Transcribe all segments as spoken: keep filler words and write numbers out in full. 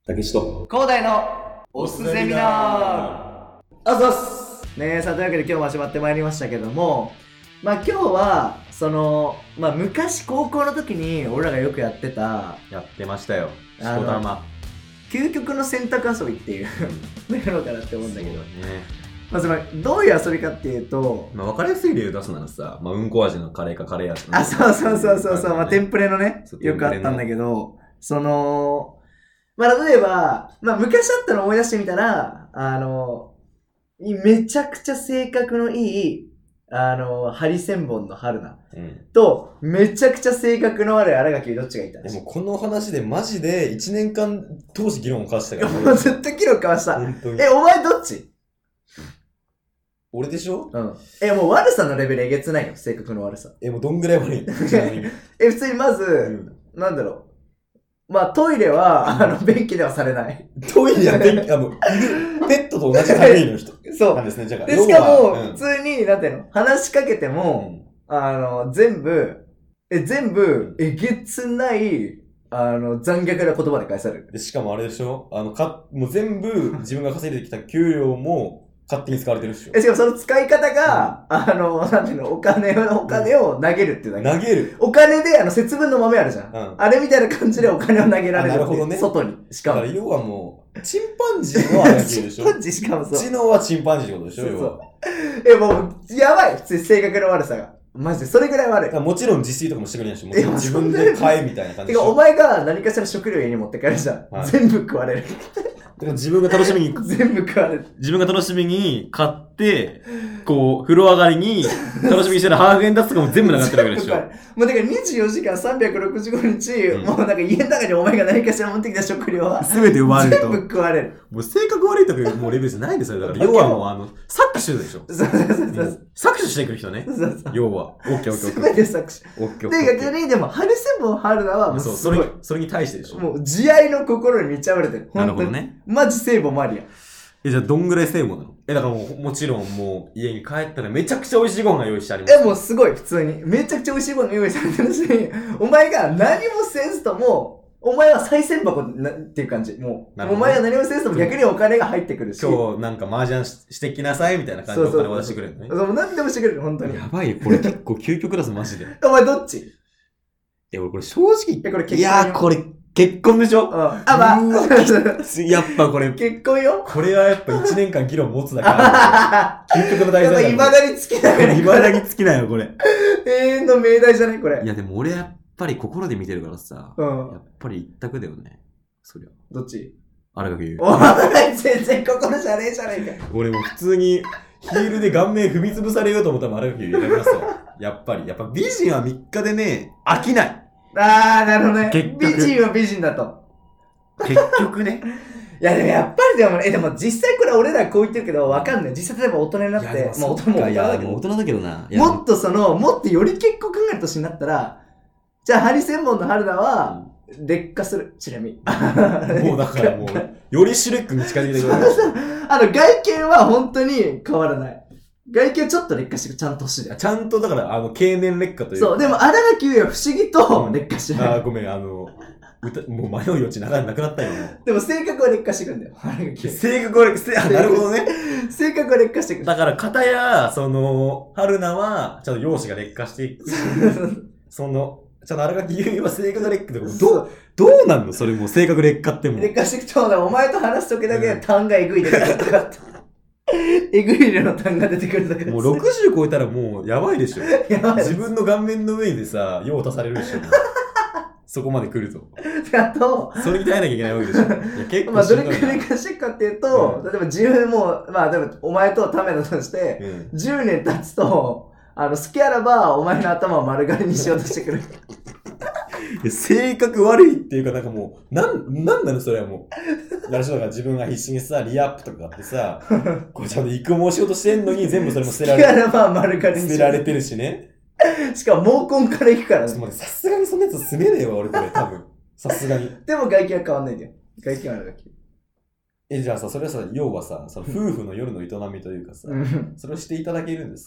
たけしと広大のおすゼミナーあざっすねえさあというわけで今日も始まってまいりましたけども、まあ今日はそのまあ昔高校の時に俺らがよくやってたやってましたよ。しあのこたま究極の選択遊びっていうのやろうかなって思うんだけど、 ね。 まあそのどういう遊びかっていうと、 まあ分かりやすい理由出すならさ、まあうんこ味のカレーかカレー味の、 あそうそうそうそうそう、まあテンプレのねそうよくあったんだけど、そのまあ例えばまあ昔あったの思い出してみたら、あのめちゃくちゃ性格のいいあのハリセンボンの春菜、うん、とめちゃくちゃ性格の悪い新垣どっちがいた？ でもこの話でマジでいちねんかん当時議論を交わしたから、 ね、もうずっと議論交わした。 本当に。 え、お前どっち？ 俺でしょ？ うん。え、もう悪さのレベルえげつないよ、性格の悪さ。 え、もうどんぐらい悪いえ、普通にまず、うん、なんだろう。まあトイレは、あの、便器ではされない。 トイレは便器、あの、ペットと同じ類の人。 そう。 なんですね、じゃあ。 で、しかも、普通に、なんていうの、話しかけても、うん、あの、全部、え、全部、えげつない、あの、残虐な言葉で返される。 で、しかもあれでしょ？あの、か、もう全部、自分が稼いできた給料も、勝手に使われてるっしょ。 え、しかもその使い方が、うん、あの、なんていうの、お金を、お金を投げるっていうだけ。 投げる。 お金で、あの、節分の豆あるじゃん。うん、あれみたいな感じでお金を投げられる。 なるほどね。 外に。しかも。 だから要はもう、チンパンジーのあれでしょ。 チンパンジーしかもそう。 知能はチンパンジーってことでしょ。そうそう。 え、もう、やばい。普通に性格の悪さが。マジで、それぐらい悪い。 もちろん自炊とかもしてくれないし、もちろん自分で買えみたいな感じで。 てか、お前が何かしら食料家に持って帰るじゃん。はい、全部食われる。 だから自分が楽しみに、 全部食われる。 自分が楽しみに買って、こう、風呂上がりに楽しみにしてるハーゲンダッツとかも全部なかったわけでしょ。 もうだからにじゅうよじかんさんびゃくろくじゅうごにち、うん、もうなんか家の中にお前が何かしら持ってきた食料は、 全て奪われると。 全部食われる。 もう性格悪いとかもうレベルじゃないんですよ。だから要はもうあの、搾取でしょ。 そうそうそうそう。 搾取してくる人ね。そうそう。要は。オッケーオッケーオッケー。 全て搾取。 オッケーオッケー。 で、逆にでも、ハリセンボン春菜はもうそう、それ、それに対してでしょ。 もう慈愛の心に満ち溢れてる。 なるほどね。 マジ聖母マリア。 え、じゃあどんぐらい聖母なの？え、だからもう、もちろんもう家に帰ったらめちゃくちゃ美味しいご飯が用意してあります。 え、もうすごい、普通に。めちゃくちゃ美味しいご飯用意されてるし、お前が何もせずとも、お前は再銭箱なっていう感じ。もう、お前は何もせずとも逆にお金が入ってくるし。 今日なんか麻雀 し, してきなさいみたいな感じでお金渡してくれるのね。 そうそうそう。何でもしてくれる、本当に。 やばいよ、これ結構究極だぞ、マジで。 お前どっち？ え、俺これ正直。 え、これ結婚。 いやー、これ結婚でしょ？うん。 あ、まあ。 やっぱこれ。 結婚よ？ これはやっぱいちねんかん議論持つだから。究極の題材だ。 やっぱ未だに尽きない。 未だに尽きないよ、これ。 永遠の命題じゃないこれ。 いや、でも俺やっぱり心で見てるからさ。うん。やっぱり一択だよね。そりゃ。 どっち？ 荒垣結衣。おい、全然心じゃねえじゃねえか。 俺も普通にヒールで顔面踏みつぶされようと思ったら荒垣結衣選びますよ。やっぱり。やっぱ美人はみっかでね、飽きない。 あー、なるほどね。美人は美人だと。 結局ね。 いやでもやっぱりでも、え、でも実際これ俺らこう言ってるけどわかんない。実際例えば大人になって、まあ大人も大人だけど。 大人だけどな。 もっとその、もっとより結構考える年になったら、じゃあハリセンボンの春菜は、劣化する。ちなみに。 もうだからもう、よりシュレックに近づいてくる。 あの、外見は本当に変わらない。外見ちょっと劣化してる。ちゃんとしてる。 ちゃんとだから、あの、経年劣化というか。 そう、でも荒垣結衣は不思議と劣化してない。 ああ、ごめん、あの、歌もう迷う余地なくなったよ。 でも性格は劣化してくるんだよ。 性格は劣化、なるほどね。 性格は劣化してくる。 だから、片や、その、春菜は、ちょっと容姿が劣化していく。その、ちょっと荒垣結衣は性格劣化ってことどう、どうなんのそれも性格劣化っても。 劣化していくと、お前と話すときだけ単がえぐい出てくるとかって。えぐい量の単が出てくるとか。 もうろくじゅう超えたらもうやばいでしょ。やばい。自分の顔面の上でさ、用足されるでしょ。そこまで来ると。 あと、 それに耐えなきゃいけないわけでしょ。いや結構まあ、どれくらい化していくかっていうと、うん、例えばじゅうもう、まあ、例えばお前とためだとして、うん、じゅうねん経つと、あの、好きあらば、お前の頭を丸刈りにしようとしてくる。 性格悪いっていうかなんかもう、なん、なんなのそれはもう。やる人だから自分が必死にさ、リアップとか買ってさ、こうちゃんと育毛しようとしてんのに全部それも捨てられてる。 好きあらば丸刈りにしよう。 捨てられてるしね。 しかも毛根から行くからね。 さすがにそんなやつ住めねえわ、俺これ、多分。さすがに。 でも外見は変わんないんだよ。外見はあるだけ。 え、じゃあさ、それはさ、要はさ、その夫婦の夜の営みというかさ、それをしていただけるんですか？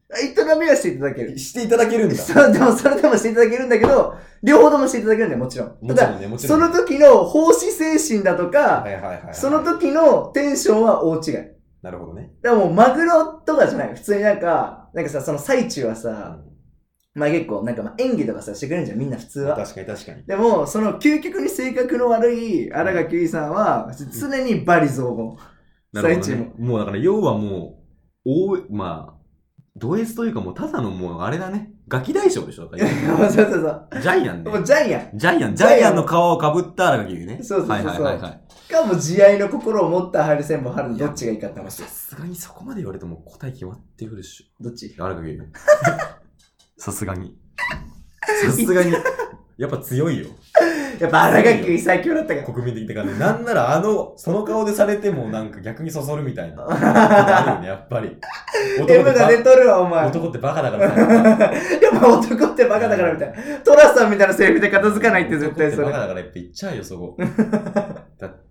営みはしていただける。 していただけるんだ。 そう、でもそれでもしていただけるんだけど、両方ともしていただけるんだよ、もちろん。 もちろんね、もちろん。 その時の奉仕精神だとか、 はいはいはい、はい。 その時のテンションは大違い。 なるほどね。 でももうマグロとかじゃない。普通になんか、なんかさ、その最中はさ、うん、まあ結構なんかまあ演技とかさしてくれるんじゃん、みんな普通は。 確かに確かに。 でも、その究極に性格の悪い新垣結衣さんは、常にバリ雑言。最中も、 ね。もうだから要はもう、おまあ、ド S というかもうただのもうあれだね。ガキ大将でしょそうそうそう。 ジャイアンね。 もうジャイアン。 ジャイアン。ジャイアンの皮をかぶった新垣結衣ね。 そうそうそう。はいはいはいはい。 かも慈愛の心を持ったハリセンボン春のどっちがいいかって話。 さすがにそこまで言われても答え決まってくるっしょ。どっち新垣結衣。さすがに。さすがに。やっぱ強いよ。 やっぱ新垣結衣最強だったから。 国民的ってかね。なんならあの、その顔でされてもなんか逆にそそるみたいな。あるよね、やっぱり。 男が出とるわ、お前。 男ってバカだからさ。 やっぱ男ってバカだからみたいな。トラさんみたいなセリフで片付かないって絶対それ。 バカだからやっぱ言っちゃうよ、そこ。だって、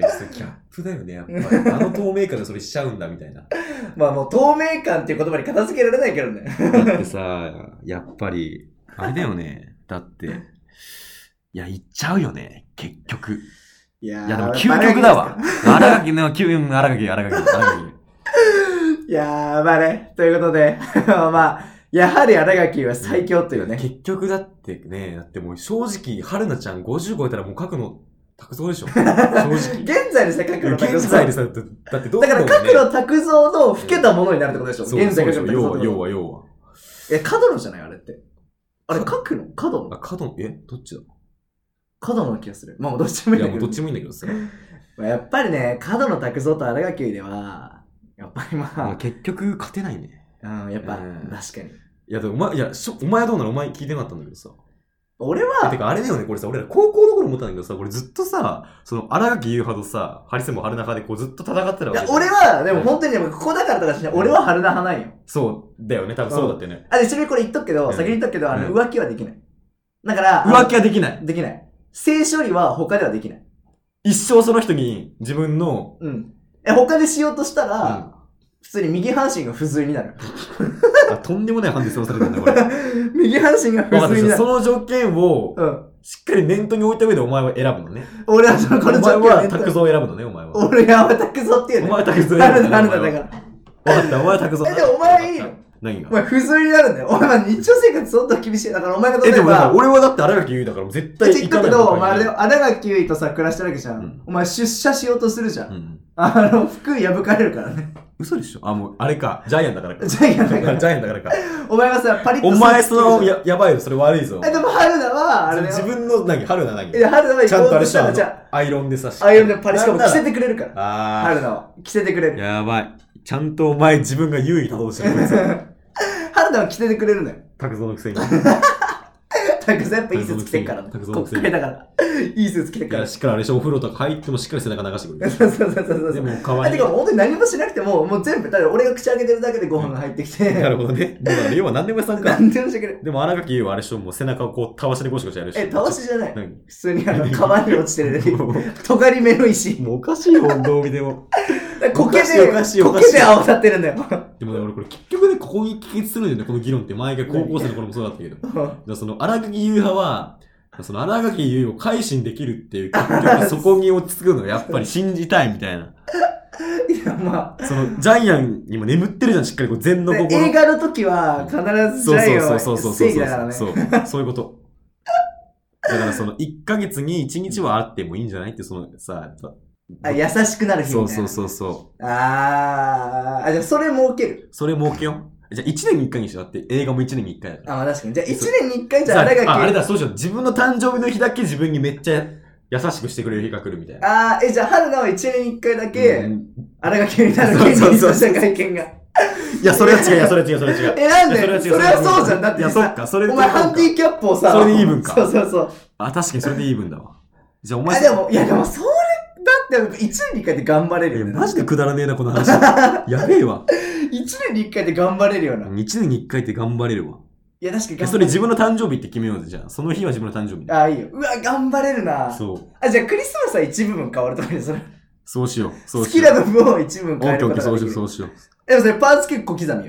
それギャップだよね、やっぱり。あの透明感でそれしちゃうんだみたいな。 まあもう透明感っていう言葉に片付けられないけどね。 だってさ、やっぱり、あれだよね。だって、いや、言っちゃうよね、結局。 いやー、 いやでも究極だわ。新垣の、究極、新垣、新垣、新垣。 いやー、まあね、ということで、まあ、やはり新垣は最強というね。 結局だってね、だってもう正直、春菜ちゃんごじゅう超えたらもう書くの、拓造でしょ正直。 現在でさ、角野拓造。 現在でさ、だってどうどんどん、ね、だから角野拓造の老けたものになるってことでしょ、うん、現在角野拓造。 要は、要は、要は。 え、角野じゃないあれって。あれ、角野角野あ、角野、えどっちだ角野の気がする。まあ、どっちもいいんだけど。 いや、もうどっちもいいんだけどさ。 やっぱりね、角野拓造と新垣結衣では、やっぱりまあ。まあ、 結局、勝てないね。 うん、やっぱ、うん、確かに。 いや、でもお前、いや、しょお前はどうなのお前聞いてなかったんだけどさ。 俺はてか、あれだよね、これさ、俺ら高校の頃思ったんだけどさ、これずっとさ、その、新垣結衣派とさ、ハリセンボン春菜派でこうずっと戦ってたわけ。 いや、俺は、でも本当にでも、ここだからとかしない。俺は春菜派なんよ。 そうだよね、多分そうだってね。 あ、で、ちなみにこれ言っとくけど、先に言っとくけど、あの、浮気はできない。だから、 浮気はできない。 できない。性処理は他ではできない。 一生その人に自分の、 うん。え、他でしようとしたら、普通に右半身が不随になる。 あ、とんでもない判定されてるんだ、これ。 右半身が不随になる。 その条件を、 うん。 しっかり念頭に置いた上でお前は選ぶのね。 俺はその、この条件は。お前は拓造を選ぶのね、お前は。 俺がお前拓造っていうね。 お前は拓造選ぶの。 なんだだから。 わかった、お前は拓造。 え、でもお前いいの何がお前不随になるんだよ。お前は日常生活相当厳しい。だからお前が例えば。え、でもだから俺はだって新垣結衣だから絶対行かない。言っとくけど、お前あれだよ。新垣結衣とさ、暮らしてるわけじゃん。うん、お前出社しようとするじゃん。うん、あの、服破かれるからね。 嘘でしょあ、もう、あれか。ジャイアンだからか。 ジャイアンだから。 ジャイアンだからか。 お前はさ、パリッとお前その、や、やばいよ。それ悪いぞ。 え、でも、春菜は、あれ自分の、何春菜何いや、春菜はちゃんとあれしたのアイロンでさ、 アイロンでパリしかも着せてくれるから。 ああ。 春菜は。着せてくれる。 やばい。ちゃんとお前自分が優位立とうとしてる。 春菜は着せてくれるのよ。 拓造のくせに。 拓造やっぱいいスーツ着てっからね。国会だから。いいスーツ着てっから。 いや、しっかりあれでしょ、お風呂とか入ってもしっかり背中流してくれる。 そうそうそうそう。 でも、かわいい。 てか、本当に何もしなくても、もう全部、だから俺が口開けてるだけでご飯が入ってきて。 なるほどね。だから要は何でもさんか。 何でもしてくれる。 でも、新垣結衣はあれでしょ、もう背中をこう、たわしでゴシゴシやるし。 え、たわしじゃない。普通にあの、川に落ちてる。尖り目の石。 もうおかしいよ、どう見ても。 コケで、コケで青ざってるんだよ。 でもね、俺これ結局ね、ここに帰結するんだよね、この議論って。毎回高校生の頃もそうだったけど。だその、新垣結衣派は、その、新垣結衣を改心できるっていう、結局そこに落ち着くのがやっぱり信じたいみたいな。 いや、まあ。 その、ジャイアンにも眠ってるじゃん、しっかりこう、禅の心。 映画の時は、必ずジャイアンは正義だからね。 そう、そういうこと。だからその、いっかげつにいちにちはあってもいいんじゃないって、そのさ、 あ、優しくなる日みたいな。 そうそうそうそう。 あー、あ、じゃあそれ設ける。 それ設けよう。じゃあいちねんにいっかいにしよう。だって映画もいちねんにいっかいだから。 あ、まあ確かに。じゃあいちねんにいっかいじゃあ、 新垣。あ、あれだ、そうしよう。自分の誕生日の日だけ自分にめっちゃ優しくしてくれる日が来るみたいな。 あー、え、じゃあ春菜はいちねんにいっかいだけ、新垣になる権利にした会見が。 いや、それは違う、いや、それは違う、それは違う。 え、なんでそれは違う。それはそうじゃん。だって。 いや、そっか、それで。 お前ハンディキャップをさ。 それでイーブンか。 そうそうそう。 あ、確かにそれでイーブンだわ。じゃあお前。 あ、でも、いや、でもそれ、だっていちねんにいっかいで頑張れるよね。 マジでくだらねえな、この話。やべえわ。 いちねんにいっかいで頑張れるよな。 いちねんにいっかいで頑張れるわ。 いや、確かに頑張れる。 それ自分の誕生日って決めようぜ、じゃあ。その日は自分の誕生日。 ああ、いいよ。うわ、頑張れるな。 そう。 あ、じゃあクリスマスは一部分変わるとかにそれ。 そうしよう。そうしよう。 好きな部分を一部分変えることができる。 そうしよう、そうしよう。 でもそれパーツ結構刻みよ。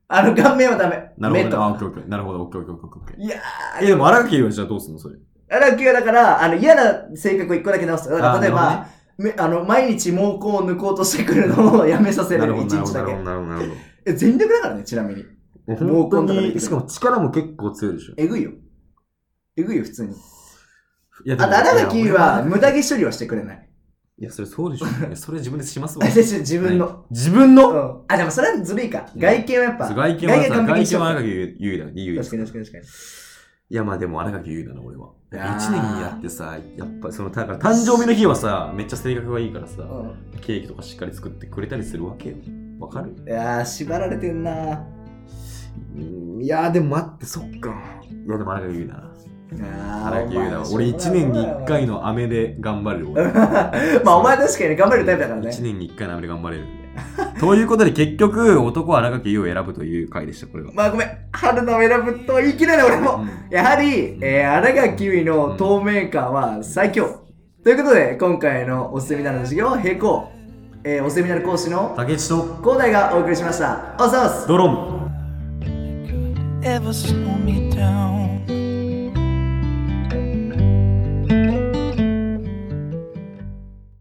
あの、顔面はダメ。 なるほど、 目とね。あ、オッケーオッケー。なるほど、オッケーオッケーオッケー。 いやー。え、でも荒垣結衣はじゃあどうすんのそれ。 荒木はだから、あの、嫌な性格を一個だけ直す。だから例えば、 ね、 めあの、毎日毛根を抜こうとしてくるのをやめさせる。一日だけ。 なるほど、なるほど。 え、全力だからね、ちなみに。 毛根とか抜いてくる。しかも力も結構強いでしょ。 えぐいよ。えぐいよ、普通に。 いや、 あと、荒垣は無駄毛処理はしてくれない。 いや、それそうでしょ。それ自分でしますわ。 自分の。 自分の、 うん、あ、でもそれはずるいか。外見はやっぱ。 外見はさ、外見は荒垣結衣だ。言う確かに確かに確かに。 いや、まあでも荒垣結衣だな、俺は。一年にやってさ、やっぱその、だから誕生日の日はさ、めっちゃ性格がいいからさ、うん、ケーキとかしっかり作ってくれたりするわけよ。わかる？ いやー、縛られてんな。 いやー、でも待って、そっか。いや、でも荒垣結衣だな。荒垣結衣だわ。俺一年に一回の飴で頑張れる。 まあお前確かに頑張れるタイプだからね。 一年に一回の飴で頑張れる。ということで結局男は荒垣結衣を選ぶという回でした、これは。 まあごめん、春菜を選ぶと言い切れない俺も、うん、やはり、うん、えー、荒垣結衣の透明感は最強、うん、ということで今回のおセミナーの授業は並行、えー、おセミナー講師の竹内と広大がお送りしました。おっさますドロン。